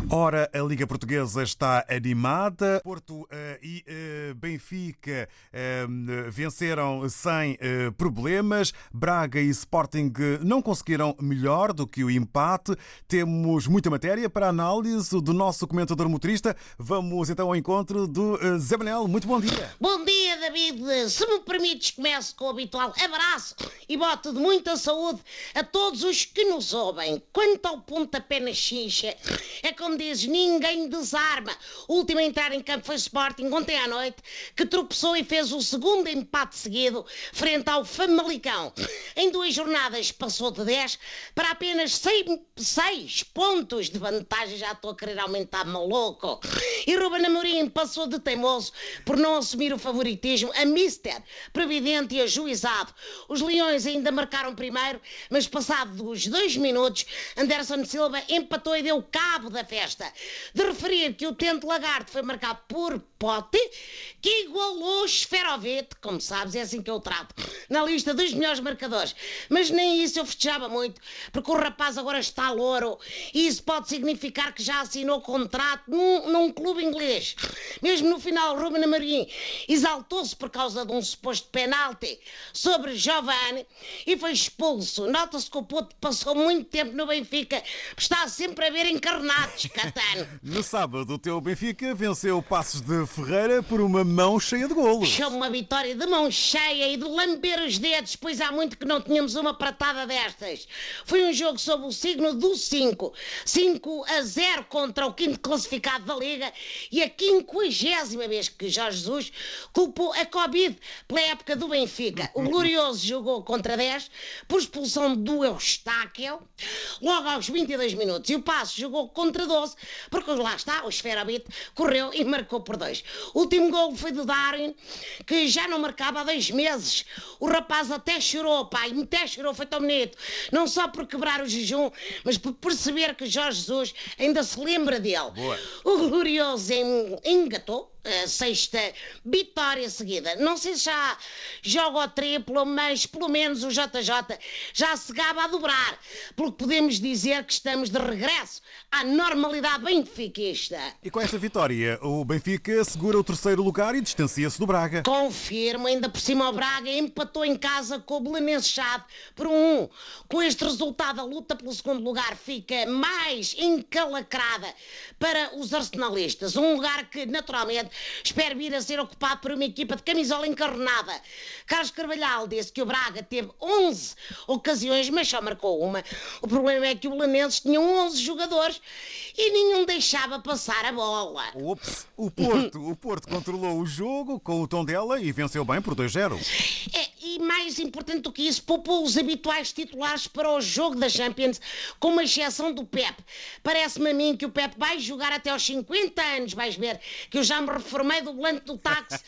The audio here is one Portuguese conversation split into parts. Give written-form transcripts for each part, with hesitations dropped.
Ora, a Liga Portuguesa está animada. Porto e Benfica venceram sem problemas. Braga e Sporting não conseguiram melhor do que o empate. Temos muita matéria para a análise do nosso comentador motorista. Vamos então ao encontro do Zé Manel. Muito bom dia. Bom dia, David. Se me permites, começo com o habitual abraço e voto de muita saúde a todos os que nos ouvem. Quanto ao pontapé na xincha, é como dizes, ninguém desarma. O último a entrar em campo foi o Sporting ontem à noite, que tropeçou e fez o segundo empate seguido frente ao Famalicão. Em 2 jornadas passou de 10 para apenas 6 pontos de vantagem. Já estou a querer aumentar, maluco. E Ruben Amorim passou de teimoso por não assumir o favoritismo a mister, previdente e ajuizado. Os Leões ainda marcaram primeiro, mas passados 2 minutos, Anderson Silva empatou e deu cabo da festa. De referir que o Tente Lagarde foi marcado por Pote, que igualou Esferovite, como sabes, é assim que eu trato, na lista dos melhores marcadores. Mas nem isso eu festejava muito, porque o rapaz agora está louro e isso pode significar que já assinou contrato num clube inglês. Mesmo no final, Ruben Amorim exaltou-se por causa de um suposto penalti sobre Giovani e foi expulso. Nota-se que o Porto passou muito tempo no Benfica, está sempre a ver encarnados, Catano. No sábado, o teu Benfica venceu o Passos de Ferreira por uma mão cheia de golos. Chama uma vitória de mão cheia e de lamber os dedos, pois há muito que não tínhamos uma pratada destas. Foi um jogo sob o signo do 5. 5-0 contra o 5º classificado da Liga e a 50ª vez que Jorge Jesus culpou a Covid pela época do Benfica. O Glorioso jogou contra 10 por expulsão do Eustáquio logo aos 22 minutos e o Passos jogou contra 12 porque lá está, o Esferovite correu e marcou por 2. O último gol foi do Darwin, que já não marcava há 2 meses. O rapaz até chorou, pai, até chorou, foi tão bonito. Não só por quebrar o jejum, mas por perceber que Jorge Jesus ainda se lembra dele. Boa. O Glorioso engatou a 6ª vitória seguida. Não sei se já joga o triplo, mas pelo menos o JJ já se gaba a dobrar, pelo que podemos dizer que estamos de regresso à normalidade benfiquista. E com esta vitória, o Benfica segura o 3º lugar e distancia-se do Braga. Confirmo, ainda por cima o Braga empatou em casa com o Belenenses Chade por 1. Com este resultado, a luta pelo 2º lugar fica mais encalacrada para os arsenalistas. Um lugar que, naturalmente, espero vir a ser ocupado por uma equipa de camisola encarnada. Carlos Carvalhal disse que o Braga teve 11 ocasiões, mas só marcou uma. O problema é que o Belenenses tinha 11 jogadores e nenhum deixava passar a bola. Ops, o Porto controlou o jogo com o Tondela e venceu bem por 2-0. E mais importante do que isso, poupou os habituais titulares para o jogo da Champions, com uma exceção do Pep. Parece-me a mim que o Pep vai jogar até aos 50 anos, vais ver, que eu já me reformei do volante do táxi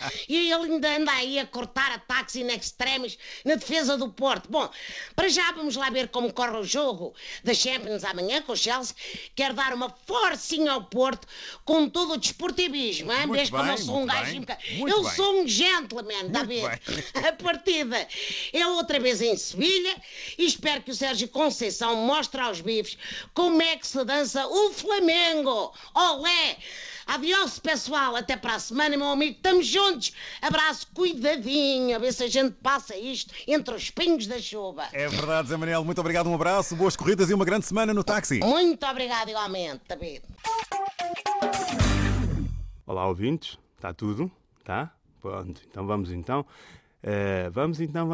e ele ainda anda aí a cortar a táxi in extremis na defesa do Porto. Bom, para já vamos lá ver como corre o jogo da Champions amanhã com o Chelsea. Quero dar uma forcinha ao Porto com todo o desportivismo, hein? Vês como eu sou um gajo... Eu sou um gentleman, está a ver? A partida é outra vez em Sevilha e espero que o Sérgio Conceição mostre aos bifes como é que se dança o Flamengo. Olé! Adiós, pessoal, até para a semana, meu amigo, estamos juntos. Abraço, cuidadinho, a ver se a gente passa isto entre os pingos da chuva. É verdade, Zé Manel, muito obrigado, um abraço, boas corridas e uma grande semana no táxi. Muito obrigado igualmente, David. Olá, ouvintes, está tudo? Tá? Pronto, então vamos então. Vamos então.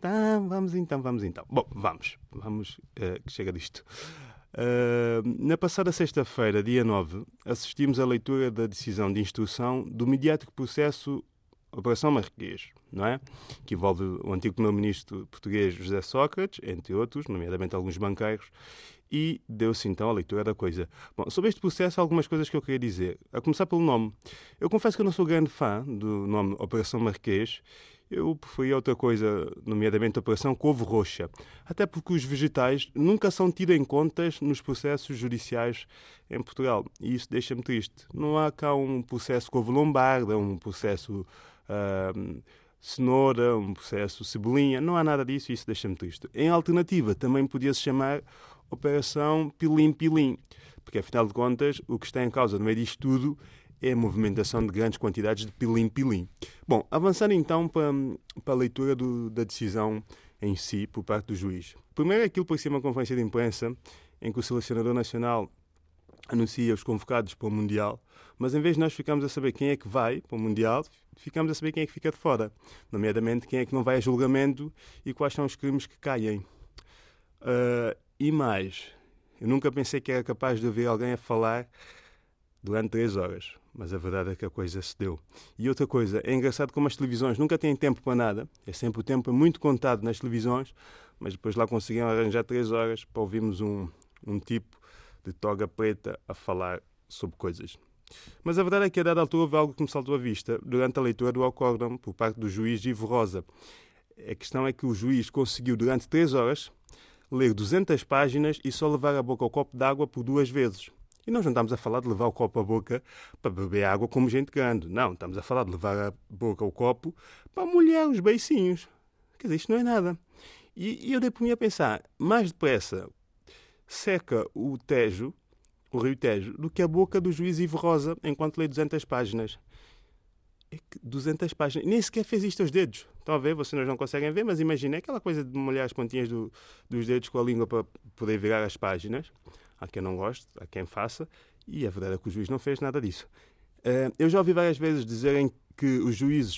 Bom, vamos, que chega disto. Na passada sexta-feira, dia 9, assistimos à leitura da decisão de instrução do mediático processo Operação Marquês, não é? Que envolve o antigo primeiro-ministro português José Sócrates, entre outros, nomeadamente alguns banqueiros, e deu-se então a leitura da coisa. Bom, sobre este processo, há algumas coisas que eu queria dizer. A começar pelo nome. Eu confesso que eu não sou grande fã do nome Operação Marquês. Eu preferia outra coisa, nomeadamente a Operação Couve Roxa. Até porque os vegetais nunca são tidos em contas nos processos judiciais em Portugal. E isso deixa-me triste. Não há cá um processo couve lombarda, um processo cenoura, um processo cebolinha. Não há nada disso e isso deixa-me triste. Em alternativa, também podia-se chamar Operação Pilim-Pilim, porque afinal de contas o que está em causa no meio disto tudo é a movimentação de grandes quantidades de pilim-pilim. Bom, avançando então para a leitura da decisão em si por parte do juiz. Primeiro aquilo parecia uma conferência de imprensa em que o selecionador nacional anuncia os convocados para o Mundial, mas em vez de nós ficarmos a saber quem é que vai para o Mundial, ficamos a saber quem é que fica de fora, nomeadamente quem é que não vai a julgamento e quais são os crimes que caem. E mais, eu nunca pensei que era capaz de ouvir alguém a falar durante 3 horas, mas a verdade é que a coisa se deu. E outra coisa, é engraçado como as televisões nunca têm tempo para nada, é sempre o tempo muito contado nas televisões, mas depois lá conseguiam arranjar 3 horas para ouvirmos um tipo de toga preta a falar sobre coisas. Mas a verdade é que a dada altura houve algo que me saltou à vista durante a leitura do acórdão por parte do juiz Ivo Rosa. A questão é que o juiz conseguiu durante 3 horas ler 200 páginas e só levar a boca ao copo d'água por 2 vezes. E nós não estamos a falar de levar o copo à boca para beber água como gente grande. Não, estamos a falar de levar a boca ao copo para molhar os beicinhos. Quer dizer, isto não é nada. E eu dei por mim a pensar, mais depressa seca o Tejo, o rio Tejo, do que a boca do juiz Ivo Rosa enquanto lê 200 páginas. É que 200 páginas, nem sequer fez isto aos dedos. Estão a ver? Vocês não conseguem ver, mas imaginem aquela coisa de molhar as pontinhas dos dedos com a língua para poder virar as páginas. Há quem não goste, há quem faça, e a verdade é que o juiz não fez nada disso. Eu já ouvi várias vezes dizerem que os juízes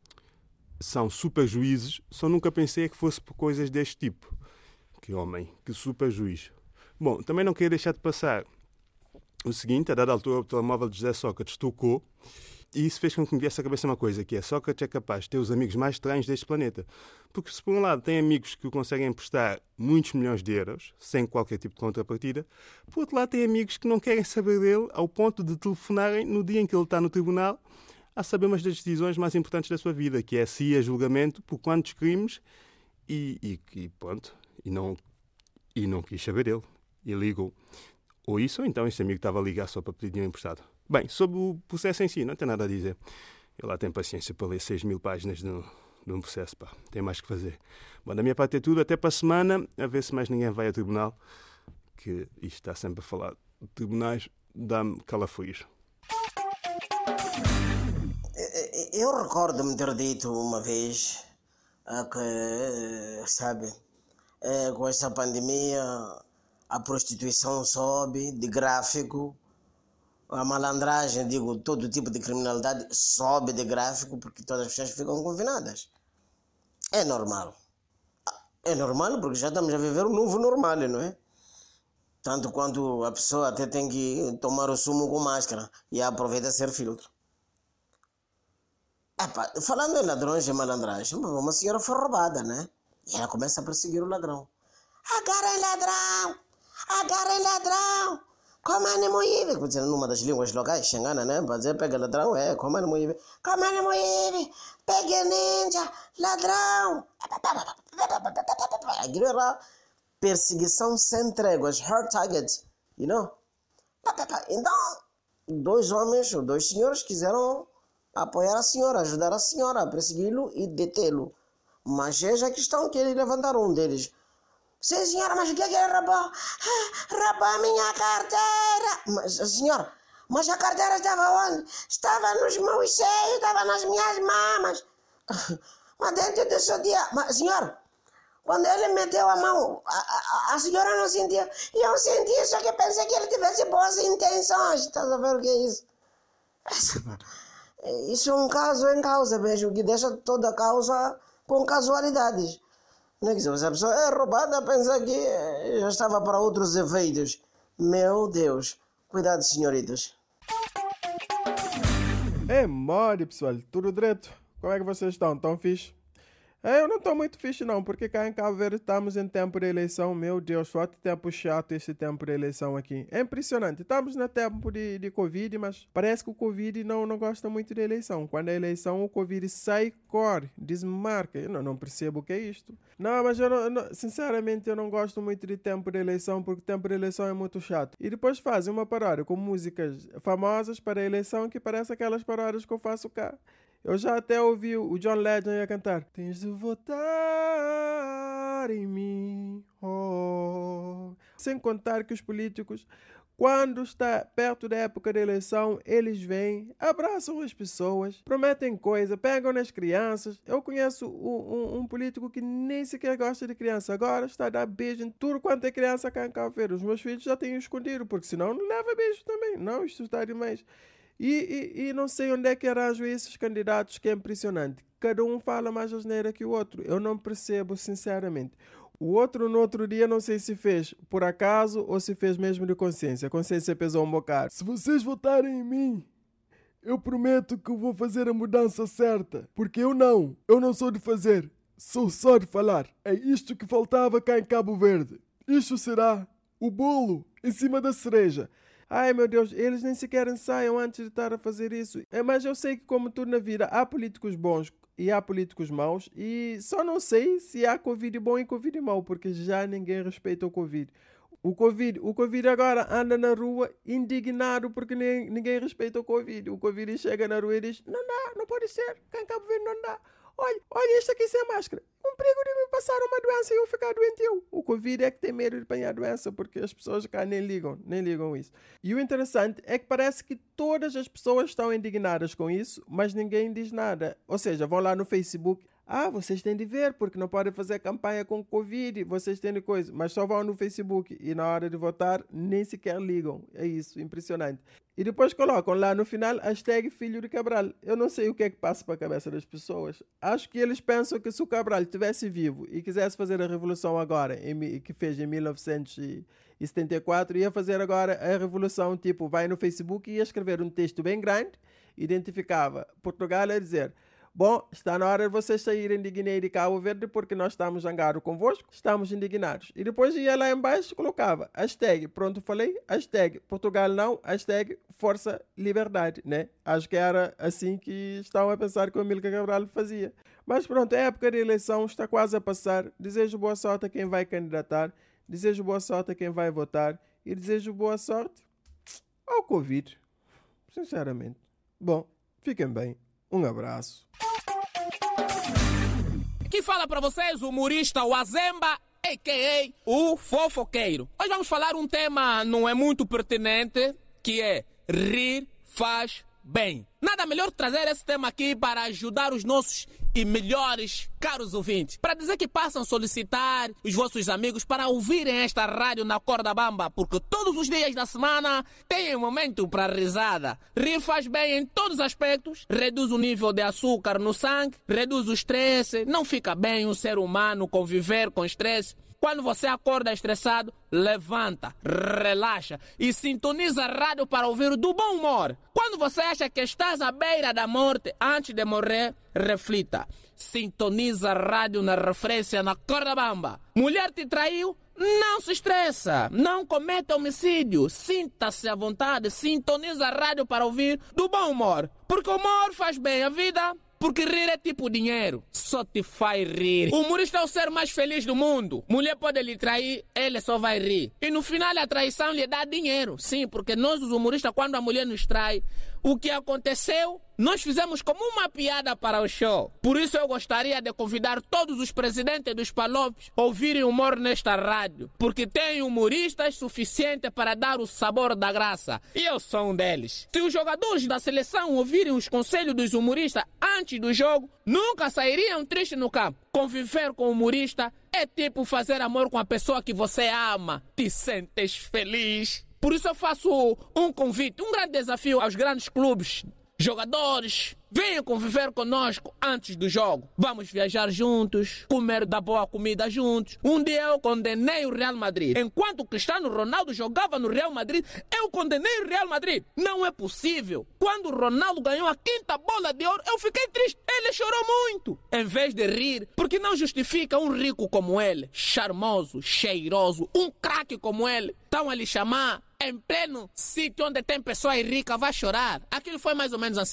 são super juízes, só nunca pensei que fosse por coisas deste tipo. Que homem, que super juiz. Bom, também não queria deixar de passar o seguinte, a dada altura o telemóvel de José Sócrates tocou e isso fez com que me viesse à cabeça uma coisa, que é Sócrates é capaz de ter os amigos mais estranhos deste planeta. Porque se por um lado tem amigos que o conseguem emprestar muitos milhões de euros, sem qualquer tipo de contrapartida, por outro lado tem amigos que não querem saber dele ao ponto de telefonarem no dia em que ele está no tribunal a saber umas das decisões mais importantes da sua vida, que é se ir a julgamento por quantos crimes e pronto, e não quis saber dele. E ligou. Ou isso, ou então este amigo estava a ligar só para pedir dinheiro emprestado. Bem, sobre o processo em si, não tem nada a dizer. Eu lá tenho paciência para ler 6.000 páginas de um processo, pá. Tem mais que fazer. Bom, da minha parte é tudo. Até para a semana, a ver se mais ninguém vai a tribunal, que isto está sempre a falar de tribunais, dá-me calafrios. Eu recordo-me ter dito uma vez que, sabe, com esta pandemia a prostituição sobe de gráfico, a malandragem, digo, todo tipo de criminalidade sobe de gráfico porque todas as pessoas ficam confinadas. É normal. É normal porque já estamos a viver um novo normal, não é? Tanto quanto a pessoa até tem que tomar o sumo com máscara e aproveita ser filtro. Falando em ladrões e malandragem, uma senhora foi roubada, né? E ela começa a perseguir o ladrão. Agarrem ladrão! Agarrem ladrão! Comane moíve! Numa das línguas locais, xangana, né? Para dizer pega ladrão, comane moíve. Comane moíve! Pegue ninja! Ladrão! Aquilo era perseguição sem tréguas, hard target, you know? Então, 2 homens ou 2 senhores quiseram apoiar a senhora, ajudar a senhora a persegui-lo e detê-lo. Mas eis a questão que eles levantaram um deles. Sim, senhora, mas o que é que ele roubou? Roubou a minha carteira. Mas, senhora, mas a carteira estava onde? Estava nos meus seios, estava nas minhas mamas. Mas dentro do seu dia... Mas, senhora, quando ele meteu a mão, a senhora não sentia. E eu senti, só que pensei que ele tivesse boas intenções. Estás a ver o que é isso? Isso é um caso em causa, vejo, que deixa toda a causa com casualidades. Não é que se a pessoa é roubada, pensa que já estava para outros efeitos. Meu Deus. Cuidado, senhoritas. Mori, pessoal. Tudo direito? Como é que vocês estão? Tão fixe? Eu não estou muito fixe não, porque cá em Cabo Verde estamos em tempo de eleição. Meu Deus, só tempo chato esse tempo de eleição aqui. É impressionante. Estamos no tempo de Covid, mas parece que o Covid não gosta muito de eleição. Quando é eleição, o Covid sai, corre, desmarca. Eu não percebo o que é isto. Não, mas sinceramente eu não gosto muito de tempo de eleição, porque tempo de eleição é muito chato. E depois fazem uma paródia com músicas famosas para a eleição, que parece aquelas paródias que eu faço cá. Eu já até ouvi o John Legend a cantar. Tens de votar em mim. Oh. Sem contar que os políticos, quando está perto da época da eleição, eles vêm, abraçam as pessoas, prometem coisa, pegam nas crianças. Eu conheço um político que nem sequer gosta de criança. Agora está a dar beijo em tudo quanto é criança cá em Cabo Verde. Os meus filhos já têm escondido, porque senão não leva beijo também. Não, isto está demais. E não sei onde é que arranjam esses candidatos, que é impressionante. Cada um fala mais asneira que o outro. Eu não percebo, sinceramente. O outro, no outro dia, não sei se fez por acaso ou se fez mesmo de consciência. A consciência pesou um bocado. Se vocês votarem em mim, eu prometo que eu vou fazer a mudança certa. Porque eu não sou de fazer, sou só de falar. É isto que faltava cá em Cabo Verde. Isto será o bolo em cima da cereja. Ai, meu Deus, eles nem sequer ensaiam antes de estar a fazer isso. Mas eu sei que, como tudo na vida, há políticos bons e há políticos maus, e só não sei se há Covid bom e Covid mau, porque já ninguém respeita o Covid. O Covid agora anda na rua indignado porque ninguém respeita o Covid. O Covid chega na rua e diz, não dá, não pode ser, cá em Cabo Verde não dá. Olha isto aqui sem máscara. Um perigo de me passar uma doença e eu ficar doentio. O Covid é que tem medo de apanhar a doença, porque as pessoas cá nem ligam isso. E o interessante é que parece que todas as pessoas estão indignadas com isso, mas ninguém diz nada. Ou seja, vão lá no Facebook. Vocês têm de ver, porque não podem fazer campanha com Covid, vocês têm de coisa. Mas só vão no Facebook e na hora de votar nem sequer ligam. É isso, impressionante. E depois colocam lá no final hashtag Filho de Cabral. Eu não sei o que é que passa para a cabeça das pessoas. Acho que eles pensam que se o Cabral estivesse vivo e quisesse fazer a revolução agora, que fez em 1974, ia fazer agora a revolução, tipo, vai no Facebook e ia escrever um texto bem grande, identificava Portugal a dizer... Bom, está na hora de vocês saírem de Guiné e de Cabo Verde porque nós estamos zangados convosco, estamos indignados. E depois ia lá embaixo e colocava hashtag pronto falei, hashtag Portugal não, hashtag Força Liberdade, né? Acho que era assim que estavam a pensar que o Amílcar Cabral fazia. Mas pronto, a época de eleição está quase a passar. Desejo boa sorte a quem vai candidatar, desejo boa sorte a quem vai votar e desejo boa sorte ao Covid, sinceramente. Bom, fiquem bem. Um abraço. Aqui fala pra vocês o humorista Wazemba, a.k.a. o fofoqueiro. Hoje vamos falar um tema não é muito pertinente, que é rir faz bem. Nada melhor trazer esse tema aqui para ajudar os nossos e melhores caros ouvintes. Para dizer que passam a solicitar os vossos amigos para ouvirem esta rádio na corda bamba, porque todos os dias da semana tem um momento para risada. Rir faz bem em todos os aspectos, reduz o nível de açúcar no sangue, reduz o estresse, não fica bem um ser humano conviver com estresse. Quando você acorda estressado, levanta, relaxa e sintoniza a rádio para ouvir o do bom humor. Quando você acha que estás à beira da morte, antes de morrer, reflita. Sintoniza a rádio na referência na corda bamba. Mulher te traiu? Não se estressa, não cometa homicídio, sinta-se à vontade, sintoniza a rádio para ouvir do bom humor. Porque o humor faz bem à vida. Porque rir é tipo dinheiro, só te faz rir. O humorista é o ser mais feliz do mundo. Mulher pode lhe trair, ele só vai rir. E no final a traição lhe dá dinheiro. Sim, porque nós os humoristas, quando a mulher nos trai, o que aconteceu, nós fizemos como uma piada para o show. Por isso eu gostaria de convidar todos os presidentes dos palopes a ouvirem humor nesta rádio. Porque tem humoristas suficientes para dar o sabor da graça. E eu sou um deles. Se os jogadores da seleção ouvirem os conselhos dos humoristas antes do jogo, nunca sairiam tristes no campo. Conviver com o humorista é tipo fazer amor com a pessoa que você ama. Te sentes feliz. Por isso eu faço um convite, um grande desafio aos grandes clubes, jogadores. Venham conviver conosco antes do jogo. Vamos viajar juntos, comer da boa comida juntos. Um dia eu condenei o Real Madrid. Enquanto o Cristiano Ronaldo jogava no Real Madrid, eu condenei o Real Madrid. Não é possível. Quando o Ronaldo ganhou a 5ª bola de ouro, eu fiquei triste. Ele chorou muito. Em vez de rir, porque não justifica um rico como ele, charmoso, cheiroso, um craque como ele, estão a lhe chamar em pleno sítio onde tem pessoas ricas, vai chorar. Aquilo foi mais ou menos assim.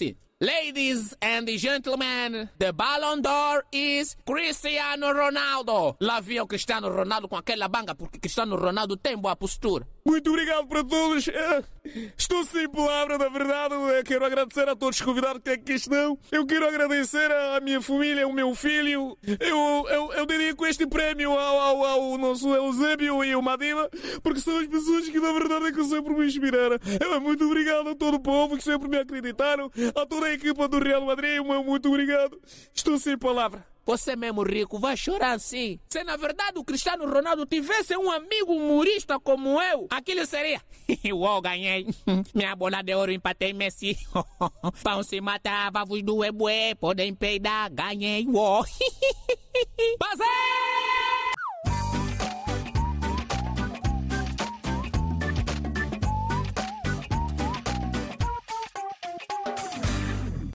Ladies and gentlemen, the Ballon d'Or is Cristiano Ronaldo. Lá viu o Cristiano Ronaldo com aquela banga, porque Cristiano Ronaldo tem boa postura. Muito obrigado para todos. Estou sem palavra, na verdade. Quero agradecer a todos os convidados que aqui estão. Eu quero agradecer à minha família, ao meu filho. Eu dedico este prémio ao nosso Eusébio e ao Madiba, porque são as pessoas que, na verdade, que sempre me inspiraram. Muito obrigado a todo o povo que sempre me acreditaram, a toda a equipa do Real Madrid. Muito obrigado. Estou sem palavra. Você mesmo, Rico, vai chorar assim. Se na verdade o Cristiano Ronaldo tivesse um amigo humorista como eu, aquilo seria: uau, ganhei. Minha bola de ouro, empatei Messi. Pão se mata, vavos do Ebué, podem peidar, ganhei. Uau.